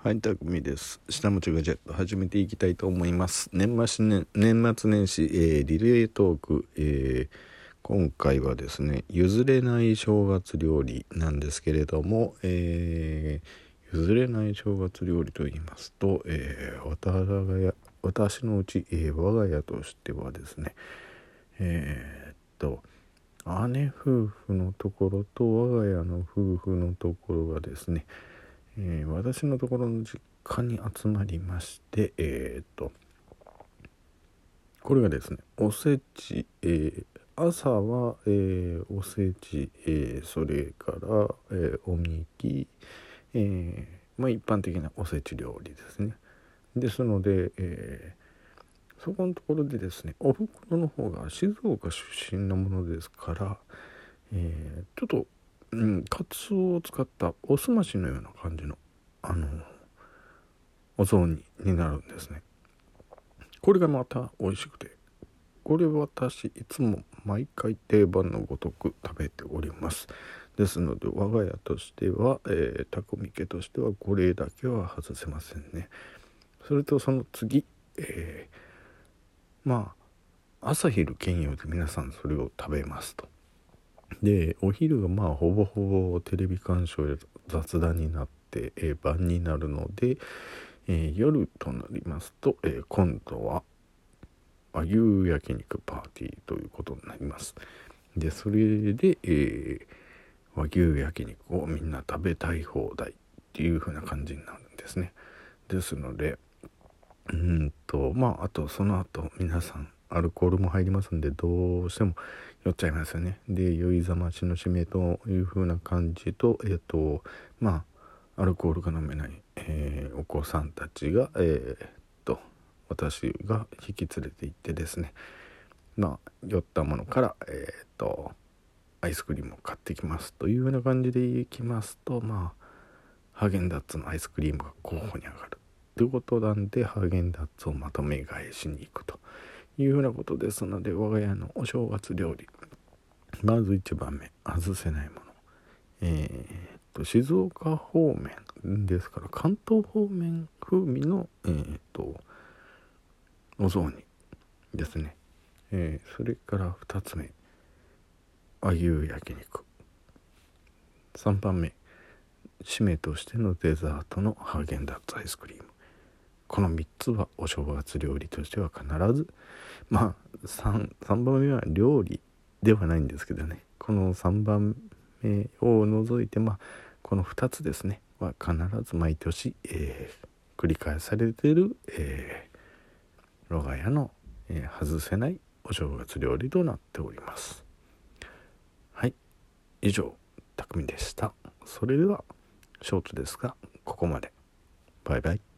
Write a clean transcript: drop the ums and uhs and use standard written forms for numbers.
はい、たくみです。下町ガジェット始めていきたいと思います。年末年始、リレートーク、今回はですね、譲れない正月料理なんですけれども、譲れない正月料理と言いますと、私のうち、我が家としてはですね、姉夫婦のところと我が家の夫婦のところがですね、私のところの実家に集まりまして、これがですねおせち、朝は、おせち、それから、おみき、一般的なおせち料理ですね。ですので、そこのところでですね、お袋の方が静岡出身のものですから、ちょっと、カツオを使ったおすましのような感じのお雑煮になるんですね。これがまた美味しくて、これ私いつも毎回定番のごとく食べております。ですので我が家としては、たこみ家としてはこれだけは外せませんね。それとその次、朝昼兼用で皆さんそれを食べますと。でお昼がほぼほぼテレビ鑑賞や雑談になって、晩になるので、夜となりますと、今度は和牛焼肉パーティーということになります。でそれで、和牛焼肉をみんな食べたい放題っていう風な感じになるんですね。ですのであとその後皆さんアルコールも入りますんでどうしても酔っちゃいますよね。で酔いざましの締めという風な感じとアルコールが飲めない、お子さんたちが私が引き連れて行ってですね、酔ったものからアイスクリームを買ってきますというような感じでいきますと、ハーゲンダッツのアイスクリームが候補に上がるということなんで、ハーゲンダッツをまとめ買いしに行くというようなことですので、我が家のお正月料理、まず1番目外せないもの、静岡方面ですから関東方面風味のお雑煮ですね。それから2つ目和牛焼肉、3番目締めとしてのデザートのハーゲンダッツアイスクリーム。この3つはお正月料理としては必ず3番目は料理ではないんですけどね、この3番目を除いてこの2つですねは必ず毎年、繰り返されている、我が家の、外せないお正月料理となっております。はい、以上たくみでした。それではショートですがここまで。バイバイ。